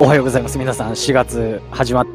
おはようございます。皆さん、4月始まって、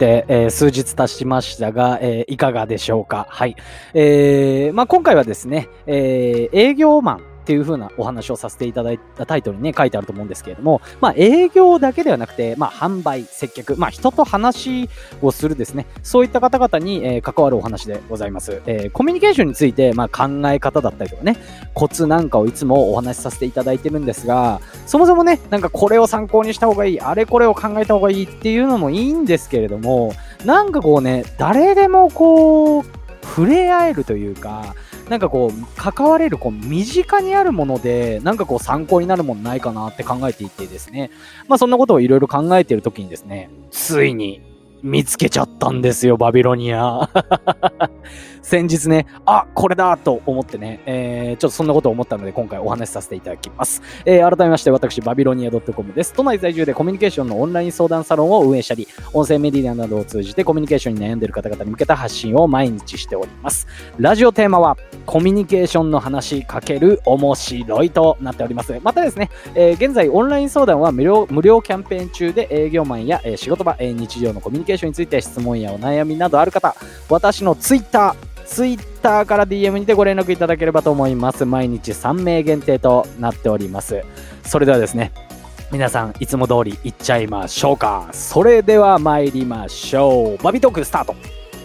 数日経ちましたが、いかがでしょうか。はい。今回はですね、営業マンっていう風なお話をさせていただいたタイトルにね、書いてあると思うんですけれども、営業だけではなくて、販売、接客、人と話をするですね、そういった方々に、関わるお話でございます。コミュニケーションについて、考え方だったりとかね、コツなんかをいつもお話しさせていただいてるんですが、そもそもね、なんかこれを参考にした方がいい、あれこれを考えた方がいいっていうのもいいんですけれども、なんかこうね、誰でもこう、触れ合えるというか、なんかこう、関われる、身近にあるもので、なんかこう、参考になるものないかなって考えていてですね。そんなことをいろいろ考えているときにですね、ついに見つけちゃったんですよ、バビロニア。先日ね、これだと思ってね、ちょっとそんなことを思ったので今回お話しさせていただきます。改めまして私、バビロニア .com です。都内在住でコミュニケーションのオンライン相談サロンを運営したり、音声メディアなどを通じてコミュニケーションに悩んでいる方々に向けた発信を毎日しております。ラジオテーマは、コミュニケーションの話×面白いとなっております。またですね、現在オンライン相談は無料キャンペーン中で営業マンや、仕事場、日常のコミュニケーションについて質問やお悩みなどある方、私のツイッターから DM にてご連絡いただければと思います。毎日3名限定となっております。それではですね、皆さんいつも通り行っちゃいましょうか。それでは参りましょう。バビトークスタート。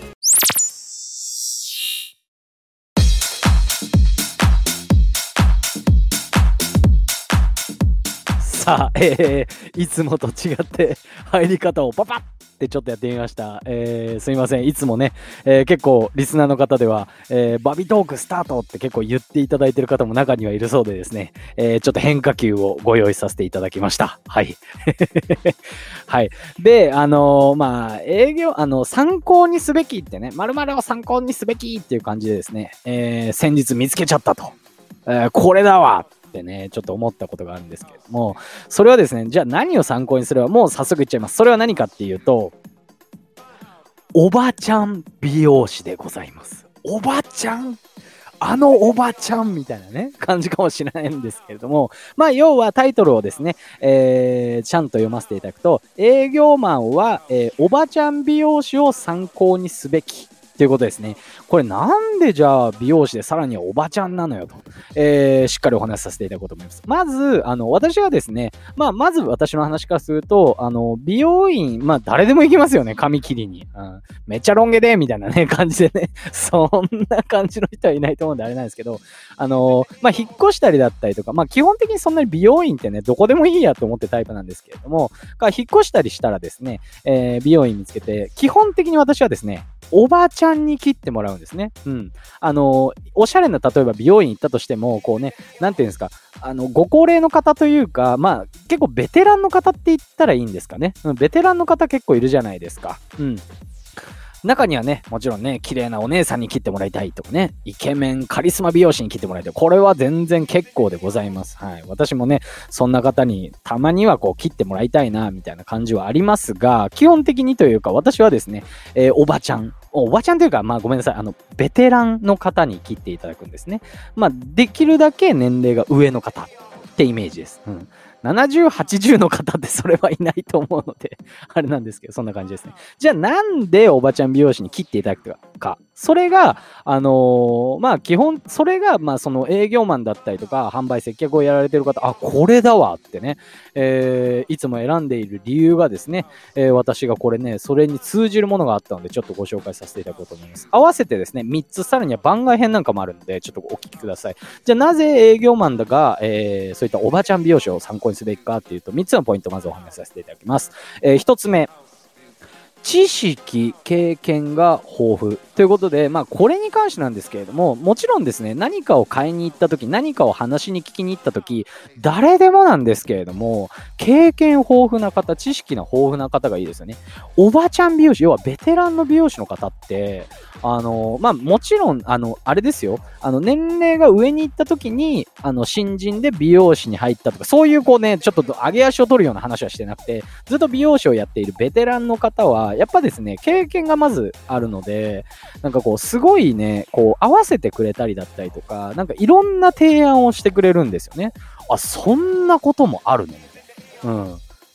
さあ、いつもと違って入り方をパパッってちょっとやってみました。すみません。いつもね、結構リスナーの方では、バビトークスタートって結構言っていただいている方も中にはいるそうでですね、ちょっと変化球をご用意させていただきました。はい。はい。で、営業、参考にすべきってね、〇〇を参考にすべきっていう感じでですね、先日見つけちゃったと。これだわってね、ちょっと思ったことがあるんですけれども、それはですね、じゃあ何を参考にすれば、もう早速言っちゃいます。それは何かっていうと、おばちゃん美容師でございます。おばちゃんおばちゃんみたいなね、感じかもしれないんですけれども、要はタイトルをですね、ちゃんと読ませていただくと、営業マンは、おばちゃん美容師を参考にすべき。ということですね。これなんでじゃあ美容師でさらにおばちゃんなのよと、しっかりお話しさせていただこうと思います。まず、私はですね、まず私の話からすると、美容院、誰でも行きますよね、髪切りに。めっちゃロン毛で、みたいなね、感じでね、そんな感じの人はいないと思うんであれなんですけど、引っ越したりだったりとか、基本的にそんなに美容院ってね、どこでもいいやと思ってタイプなんですけれども、引っ越したりしたらですね、美容院見つけて、基本的に私はですね、おばちゃんに切ってもらうんですね。うん。おしゃれな、例えば美容院行ったとしても、こうね、なんていうんですか、ご高齢の方というか、結構ベテランの方って言ったらいいんですかね。ベテランの方結構いるじゃないですか。うん。中にはね、もちろんね、綺麗なお姉さんに切ってもらいたいとかね、イケメン、カリスマ美容師に切ってもらいたい。これは全然結構でございます。はい。私もね、そんな方にたまにはこう切ってもらいたいな、みたいな感じはありますが、基本的にというか、私はですね、おばちゃんというか、ごめんなさい、ベテランの方に切っていただくんですね。できるだけ年齢が上の方ってイメージです。うん。70、80の方ってそれはいないと思うので、あれなんですけど、そんな感じですね。じゃあなんでおばちゃん美容師に切っていただくか。それが、基本、それが、その営業マンだったりとか、販売接客をやられてる方、これだわってね、いつも選んでいる理由がですね、私がこれね、それに通じるものがあったので、ちょっとご紹介させていただこうと思います。合わせてですね、3つ、さらには番外編なんかもあるので、ちょっとお聞きください。じゃあなぜ営業マンだが、そういったおばちゃん美容師を参考にすべきかっていうと、3つのポイントをまずお話しさせていただきます。1つ目、知識、経験が豊富ということで、これに関してなんですけれども、もちろんですね、何かを買いに行った時、何かを話に聞きに行った時、誰でもなんですけれども、経験豊富な方、知識の豊富な方がいいですよね。おばちゃん美容師、要はベテランの美容師の方って、もちろん、あれですよ、年齢が上に行った時に、新人で美容師に入ったとか、そういうこうね、ちょっと上げ足を取るような話はしてなくて、ずっと美容師をやっているベテランの方は、やっぱですね、経験がまずあるので、なんかこう、すごいね、こう、合わせてくれたりだったりとか、なんかいろんな提案をしてくれるんですよね。そんなこともあるね、みたいな。うん。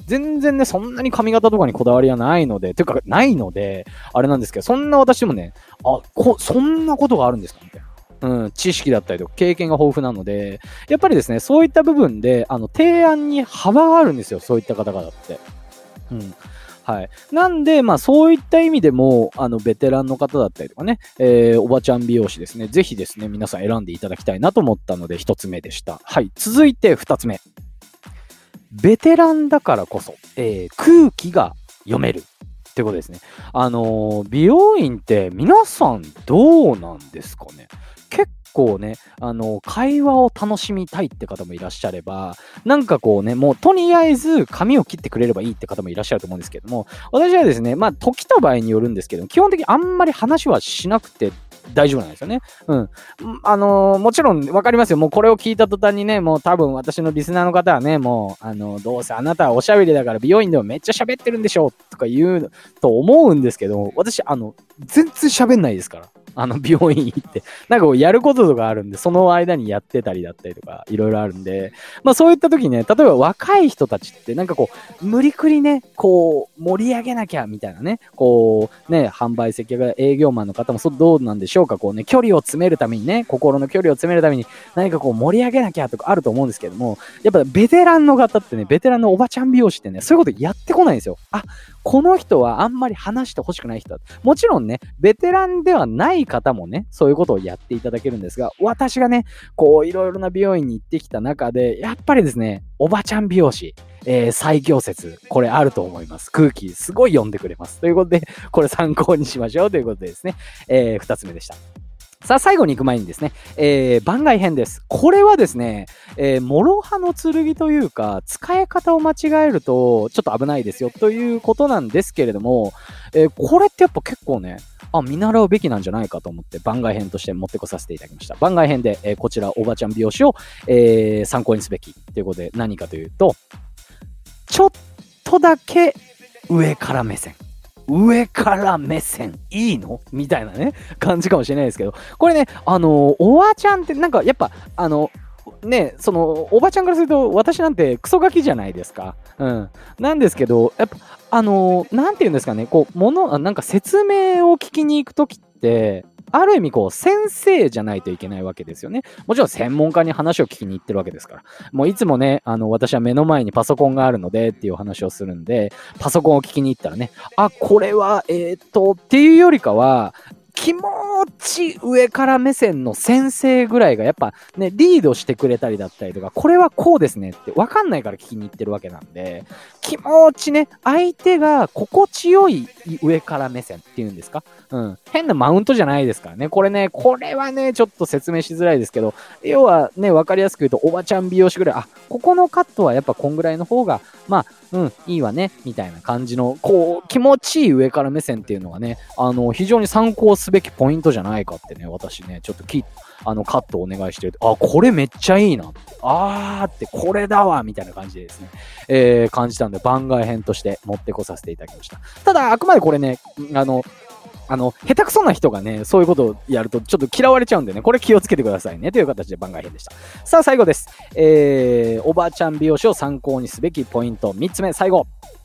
全然ね、そんなに髪型とかにこだわりはないので、ないので、あれなんですけど、そんな私もね、そんなことがあるんですかみたいな。知識だったりとか経験が豊富なので、やっぱりですね、そういった部分で、提案に幅があるんですよ、そういった方々って。はい。なんで、そういった意味でも、ベテランの方だったりとかね、おばちゃん美容師ですね、ぜひですね、皆さん選んでいただきたいなと思ったので、一つ目でした。はい。続いて二つ目。ベテランだからこそ、空気が読める。ってことですね。美容院って皆さんどうなんですかね。結構ね、会話を楽しみたいって方もいらっしゃれば、なんかこうね、もうとりあえず髪を切ってくれればいいって方もいらっしゃると思うんですけども、私はですね、時と場合によるんですけど、基本的にあんまり話はしなくて大丈夫なんですよね。もちろん分かりますよ。もうこれを聞いた途端にね、もう多分私のリスナーの方はね、もう、どうせあなたはおしゃべりだから美容院でもめっちゃ喋ってるんでしょとか言うと思うんですけど、私、全然喋んないですから。美容院行って。なんかこう、やることとかあるんで、その間にやってたりだったりとか、いろいろあるんで、そういった時にね、例えば若い人たちって、なんかこう、無理くりね、こう、盛り上げなきゃ、みたいなね、こう、ね、販売接客営業マンの方もどうなんでしょうか、こうね、距離を詰めるためにね、心の距離を詰めるために、何かこう、盛り上げなきゃとかあると思うんですけども、やっぱベテランの方ってね、ベテランのおばちゃん美容師ってね、そういうことやってこないんですよ。この人はあんまり話してほしくない人だ。もちろんね、ベテランではない方もね、そういうことをやっていただけるんですが、私がね、こう、いろいろな美容院に行ってきた中で、やっぱりですね、おばちゃん美容師、最強説、これあると思います。空気、すごい読んでくれます。ということで、これ参考にしましょうということでですね、二つ目でした。さあ、最後に行く前にですね、番外編です。これはですね、諸刃の剣というか、使い方を間違えると、ちょっと危ないですよということなんですけれども、これってやっぱ結構ね、見習うべきなんじゃないかと思って番外編として持ってこさせていただきました。番外編で、こちらおばちゃん美容師を、参考にすべきということで何かというと、ちょっとだけ上から目線。上から目線いいのみたいなね、感じかもしれないですけど、これね、おばちゃんってなんかやっぱ、その、おばちゃんからすると私なんてクソガキじゃないですか。なんですけど、やっぱ、なんて言うんですかね、こう、なんか説明を聞きに行くときって、ある意味こう先生じゃないといけないわけですよね。もちろん専門家に話を聞きに行ってるわけですから。もういつもね、私は目の前にパソコンがあるのでっていう話をするんで、パソコンを聞きに行ったらね、これは、っていうよりかは、気持ち上から目線の先生ぐらいがやっぱね、リードしてくれたりだったりとか、これはこうですねって分かんないから聞きに行ってるわけなんで、気持ちね、相手が心地よい上から目線っていうんですか？変なマウントじゃないですからね。これはね、ちょっと説明しづらいですけど、要はね、分かりやすく言うと、おばちゃん美容師ぐらい、ここのカットはやっぱこんぐらいの方が、いいわね、みたいな感じの、こう、気持ちいい上から目線っていうのがね、非常に参考すべきポイントじゃないかってね、私ね、ちょっとカットお願いしてる。これめっちゃいいなって。ってこれだわみたいな感じでですね、感じたんで番外編として持ってこさせていただきました。ただ、あくまでこれね、下手くそな人がね、そういうことをやるとちょっと嫌われちゃうんでね、これ気をつけてくださいねという形で番外編でした。さあ、最後です。おばあちゃん美容師を参考にすべきポイント3つ目、最後。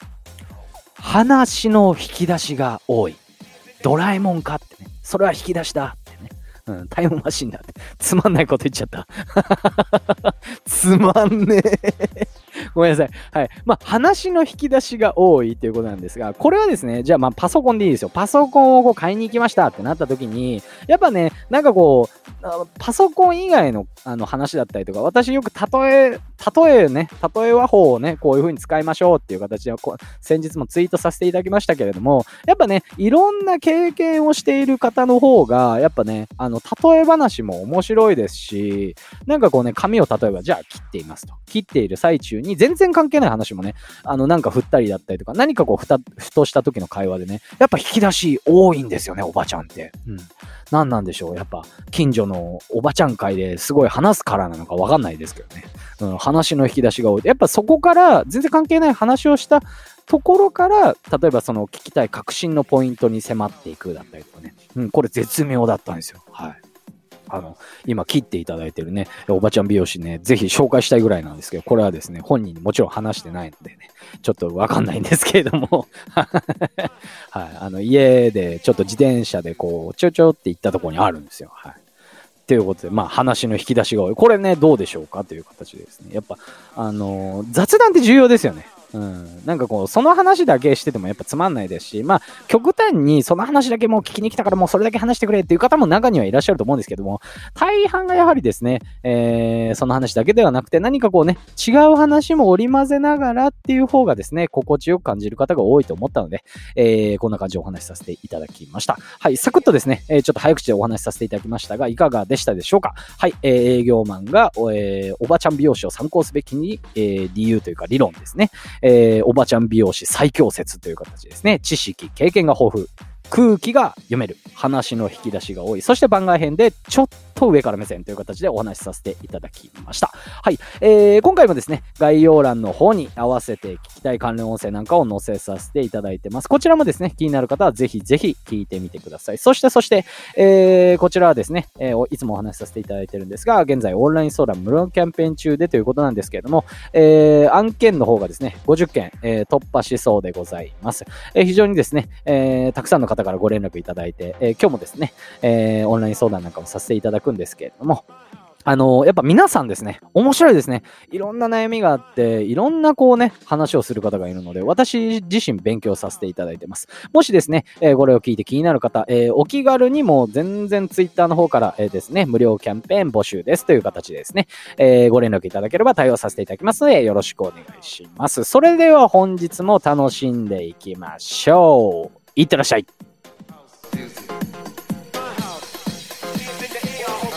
話の引き出しが多い。ドラえもんかってね。それは引き出しだってね。タイムマシンだって。つまんないこと言っちゃった。つまんねえ。ごめんなさい。はい。話の引き出しが多いということなんですが、これはですね、じゃあパソコンでいいですよ。パソコンをこう買いに行きましたってなった時に、やっぱね、なんかこう、パソコン以外の話だったりとか、私よく例え話法をね、こういう風に使いましょうっていう形で、先日もツイートさせていただきましたけれども、やっぱね、いろんな経験をしている方の方が、やっぱね、例え話も面白いですし、なんかこうね、髪を例えば、じゃあ切っていますと。切っている最中に、全然関係ない話もね、なんか振ったりだったりとか、何かこう、ふとした時の会話でね、やっぱ引き出し多いんですよね、おばちゃんって。何なんでしょう。やっぱ、近所のおばちゃん会ですごい話すからなのかわかんないですけどね。話の引き出しが多い。やっぱそこから、全然関係ない話をしたところから、例えばその聞きたい核心のポイントに迫っていくだったりとかね。これ絶妙だったんですよ。はい。 今切っていただいてるね、おばちゃん美容師ね、ぜひ紹介したいぐらいなんですけど、これはですね、本人にもちろん話してないのでね、ちょっとわかんないんですけれども、はい、家でちょっと自転車でこう、ちょちょって行ったところにあるんですよ。はい。ということで、まあ話の引き出しが多い。これね、どうでしょうかという形でですね。やっぱ、雑談って重要ですよね。うん。なんかこう、その話だけしててもやっぱつまんないですし、まあ、極端にその話だけもう聞きに来たからもうそれだけ話してくれっていう方も中にはいらっしゃると思うんですけども、大半がやはりですね、その話だけではなくて何かこうね、違う話も織り交ぜながらっていう方がですね、心地よく感じる方が多いと思ったので、こんな感じでお話しさせていただきました。はい、サクッとですね、ちょっと早口でお話しさせていただきましたが、いかがでしたでしょうか。はい、営業マンが、おばちゃん美容師を参考すべきに、理由というか理論ですね。おばちゃん美容師最強説という形ですね。知識、経験が豊富。空気が読める。話の引き出しが多い。そして番外編でちょっと上から目線という形でお話しさせていただきました。はい。今回もですね、概要欄の方に合わせて聞きたい関連音声なんかを載せさせていただいてます。こちらもですね、気になる方はぜひぜひ聞いてみてください。そして、こちらはですね、いつもお話しさせていただいてるんですが、現在オンライン相談無料キャンペーン中でということなんですけれども、案件の方がですね、50件、突破しそうでございます。非常にですね、たくさんの方からご連絡いただいて、今日もですね、オンライン相談なんかもさせていただくんですけれども、やっぱ皆さんですね、面白いですね。いろんな悩みがあって、いろんなこうね、話をする方がいるので、私自身勉強させていただいてます。もしですね、これを聞いて気になる方、お気軽にも全然ツイッターの方から、ですね、無料キャンペーン募集ですという形でですね、ご連絡いただければ対応させていただきますので、よろしくお願いします。それでは本日も楽しんでいきましょう。いってらっしゃい。